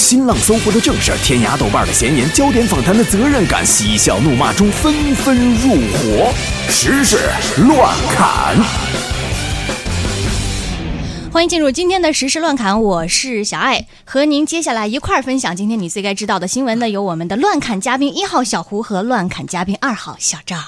新浪搜狐的正事，天涯豆瓣的闲言，焦点访谈的责任感，嬉笑怒骂中纷纷入伙，时事乱砍。 欢迎进入今天的时事乱砍，我是小爱，和您接下来一块儿分享今天你最该知道的新闻呢，有我们的乱砍嘉宾1号小胡和乱砍嘉宾2号小赵。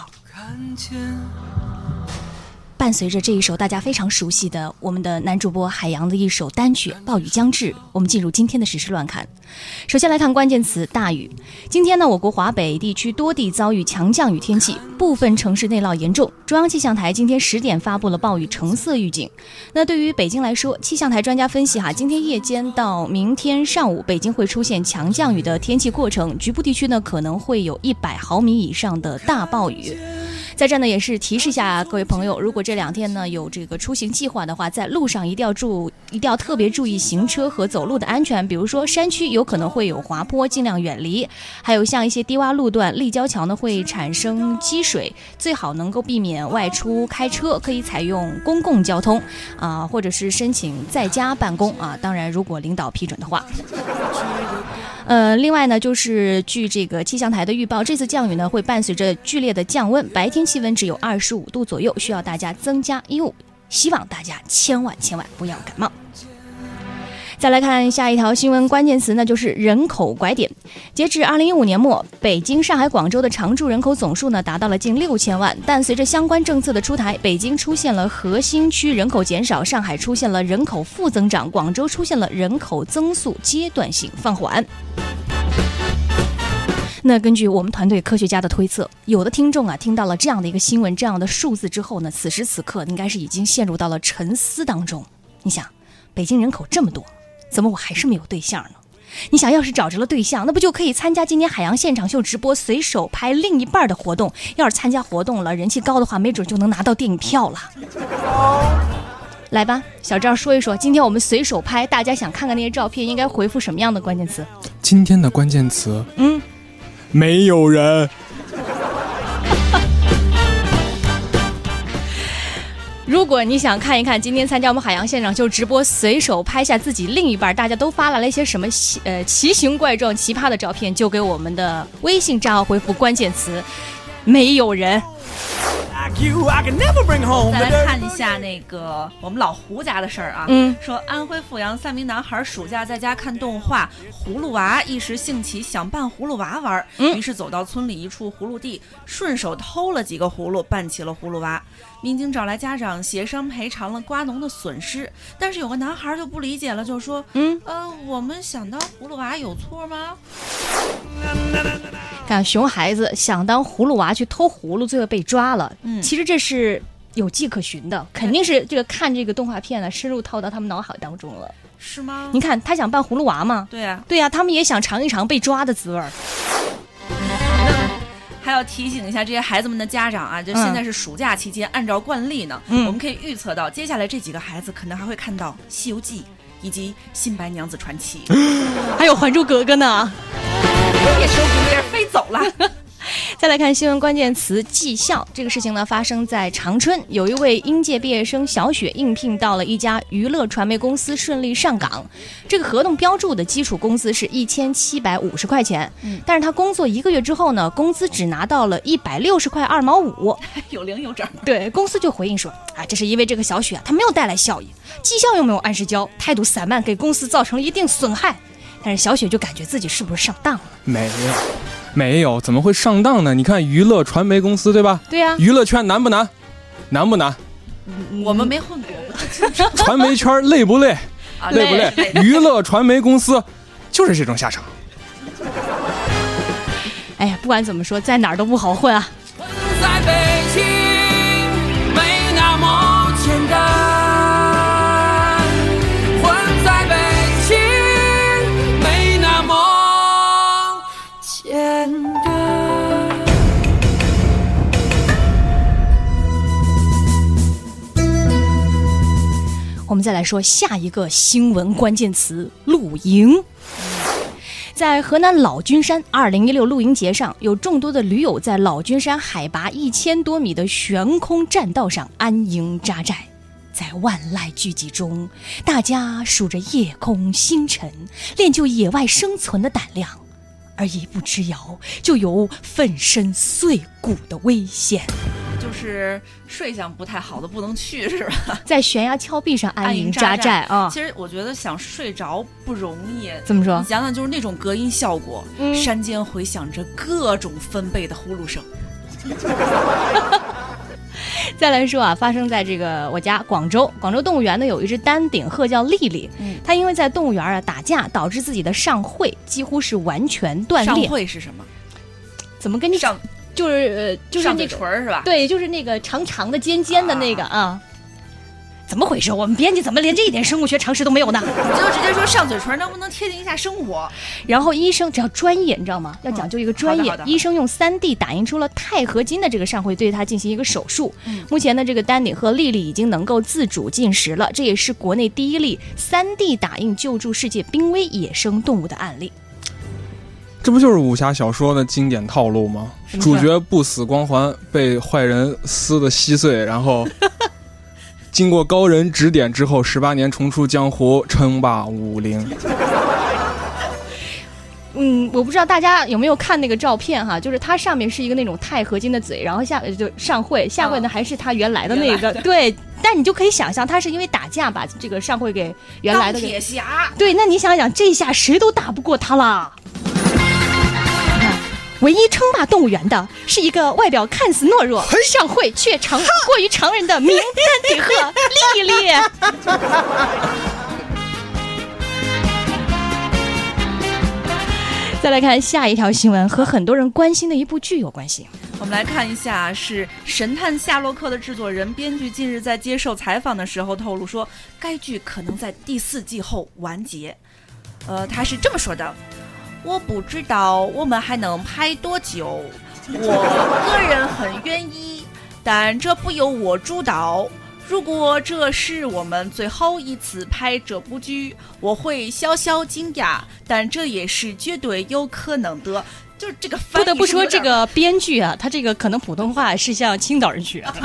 伴随着这一首大家非常熟悉的我们的男主播海洋的一首单曲《暴雨将至》，我们进入今天的时事乱砍。首先来看关键词大雨。今天呢，我国华北地区多地遭遇强降雨天气，部分城市内涝严重。中央气象台今天10点发布了暴雨橙色预警。那对于北京来说，气象台专家分析今天夜间到明天上午，北京会出现强降雨的天气过程，局部地区呢可能会有100毫米以上的大暴雨。在这呢也是提示一下各位朋友，如果这2天呢有这个出行计划的话，在路上一定要特别注意行车和走路的安全，比如说山区有可能会有滑坡，尽量远离，还有像一些低洼路段、立交桥呢会产生积水，最好能够避免外出开车，可以采用公共交通或者是申请在家办公当然如果领导批准的话。另外呢，就是据这个气象台的预报，这次降雨呢会伴随着剧烈的降温，白天气温只有25度左右，需要大家增加衣物，希望大家千万不要感冒。再来看下一条新闻关键词呢，就是人口拐点。截至2015年末，北京、上海、广州的常住人口总数呢达到了近6000万，但随着相关政策的出台，北京出现了核心区人口减少，上海出现了人口负增长，广州出现了人口增速阶段性放缓。那根据我们团队科学家的推测，有的听众听到了这样的一个新闻，这样的数字之后呢，此时此刻应该是已经陷入到了沉思当中。你想，北京人口这么多，怎么我还是没有对象呢？你想要是找着了对象，那不就可以参加今年海洋现场秀直播随手拍另一半的活动，要是参加活动了人气高的话，没准就能拿到电影票了。来吧，小赵说一说，今天我们随手拍，大家想看看那些照片应该回复什么样的关键词？ 今天的关键词没有人。 如果你想看一看今天参加我们海洋现场秀直播随手拍下自己另一半，大家都发来了一些什么奇形怪状奇葩的照片，就给我们的微信账号回复关键词没有人。 再来看一下那个我们老胡家的事儿说安徽阜阳3名男孩暑假在家看动画葫芦娃，一时兴起想扮葫芦娃玩，于是走到村里一处葫芦地，顺手偷了几个葫芦，扮起了葫芦娃。民警找来家长协商赔偿了瓜农的损失，但是有个男孩就不理解了，就说我们想当葫芦娃有错吗？ 看熊孩子想当葫芦娃去偷葫芦，最后被抓了。其实这是有迹可循的，肯定是这个看这个动画片深入套到他们脑海当中了。 是吗？ 你看他想扮葫芦娃嘛？ 对呀， 他们也想尝一尝被抓的滋味。 还要提醒一下这些孩子们的家长就现在是暑假期间，按照惯例呢，我们可以预测到接下来这几个孩子可能还会看到《西游记》以及《新白娘子传奇》 还有《还珠格格》呢。 别手鼓也飞走了。 再来看新闻关键词技校。这个事情呢发生在长春，有一位应届毕业生小雪应聘到了一家娱乐传媒公司，顺利上岗。这个合同标注的基础工资是1750块钱，但是他工作1个月之后呢，工资只拿到了160块2毛5， 有零有整。 对，公司就回应说这是因为这个小雪她没有带来效益，绩效又没有按时交，态度散漫，给公司造成了一定损害。但是小雪就感觉自己是不是上当了？ 没有，怎么会上当呢？你看娱乐传媒公司对吧？ 对呀， 娱乐圈难不难？难不难？ 我们没混过。 传媒圈累不累？累不累？娱乐传媒公司就是这种下场。 哎呀，不管怎么说，在哪儿都不好混啊。 在北京没那么简单。 我们再来说下一个新闻关键词露营。在河南老君山2016露营节上，有众多的驴友在老君山海拔1000多米的悬空栈道上安营扎寨。 在万籁俱寂中，大家数着夜空星辰，练就野外生存的胆量，而一步之遥就有粉身碎骨的危险。 就是睡相不太好的不能去，是吧？ 在悬崖峭壁上安营扎寨啊！ 其实我觉得想睡着不容易。 怎么说？ 你想想，就是那种隔音效果，山间回响着各种分贝的呼噜声。 再来说啊，发生在这个我家广州动物园呢，有一只丹顶鹤叫丽丽，它因为在动物园啊打架，导致自己的上喙几乎是完全断裂。 上喙是什么？ 怎么跟你上？ 就是上那嘴唇是吧？ 对，就是那个长长的尖尖的那个啊。怎么回事？我们编辑怎么连这一点生物学常识都没有呢？ 你就直接说上嘴唇能不能贴近一下生活？ 然后医生只要专业，你知道吗？要讲究一个专业。医生用3D 打印出了钛合金的这个上喙，对它进行一个手术。目前呢，这个丹顶鹤丽丽已经能够自主进食了，这也是国内第一例3D 打印救助世界濒危野生动物的案例。 这不就是武侠小说的经典套路吗？主角不死光环被坏人撕得稀碎，然后经过高人指点之后，18年重出江湖，称霸武林。 我不知道大家有没有看那个照片哈，就是它上面是一个那种钛合金的嘴，然后就上喙，下喙呢还是它原来的那个，对。但你就可以想象，它是因为打架把这个上喙给原来的钢铁侠。 对，那你想想，这下谁都打不过他了。唯一称霸动物园的是一个外表看似懦弱，上喙却过于常人的名丹顶鹤丽丽。再来看下一条新闻，和很多人关心的一部剧有关系。 我们来看一下，是《神探夏洛克》的制作人、编剧近日在接受采访的时候透露说，该剧可能在第4季后完结。他是这么说的：我不知道我们还能拍多久，我个人很愿意，但这不由我主导。如果这是我们最后一次拍这部剧，我会小小惊讶，但这也是绝对有可能的。就是这个翻译， 不得不说这个编剧啊，他这个可能普通话是向青岛人学的。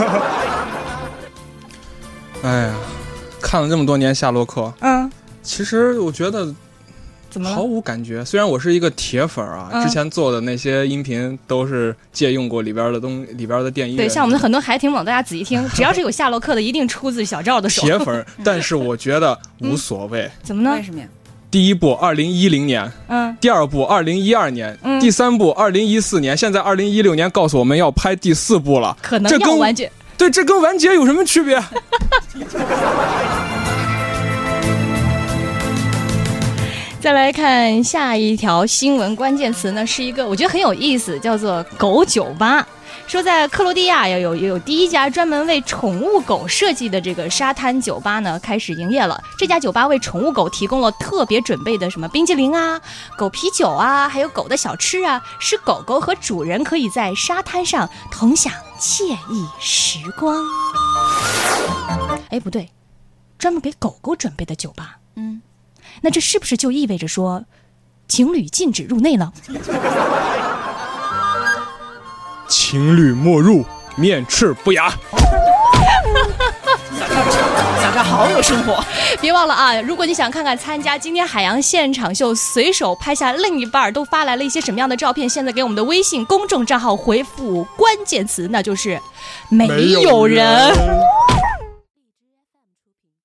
哎呀，看了这么多年夏洛克，其实我觉得毫无感觉。虽然我是一个铁粉啊，之前做的那些音频都是借用过里边的电音乐。 对，像我们的很多还挺猛，大家仔细听，只要是有夏洛克的，一定出自小赵的手。 铁粉，但是我觉得无所谓。 怎么呢？ 为什么呀？ 第一部2010年，第二部2012年，第3部2014年，现在2016年告诉我们要拍第4部了， 可能要完结。 对，这跟完结有什么区别？ 再来看下一条新闻，关键词呢是一个我觉得很有意思，叫做狗酒吧。说在克罗地亚有第一家专门为宠物狗设计的这个沙滩酒吧呢开始营业了。这家酒吧为宠物狗提供了特别准备的什么冰激凌啊、狗啤酒啊，还有狗的小吃啊，使狗狗和主人可以在沙滩上同享惬意时光。哎，不对，专门给狗狗准备的酒吧。那这是不是就意味着说情侣禁止入内了？ 情侣莫入，面斥不雅。 小赵好有生活。 别忘了啊，如果你想看看参加今天海洋现场秀随手拍下另一半都发来了一些什么样的照片，现在给我们的微信公众账号回复关键词，那就是没有人。